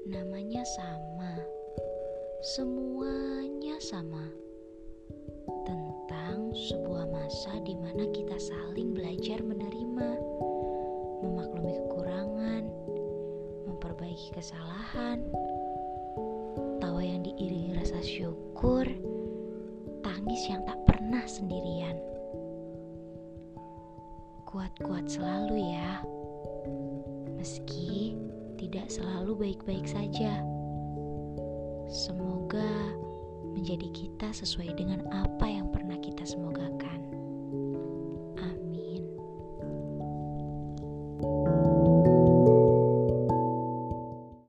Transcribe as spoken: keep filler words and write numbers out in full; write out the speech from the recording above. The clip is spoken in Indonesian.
Namanya sama, semuanya sama. Tentang sebuah masa di mana kita saling belajar menerima, memaklumi kekurangan, memperbaiki kesalahan, tawa yang diiringi rasa syukur, tangis yang tak pernah sendirian. Kuat-kuat selalu ya, meski tidak selalu baik-baik saja. Semoga menjadi kita sesuai dengan apa yang pernah kita semogakan.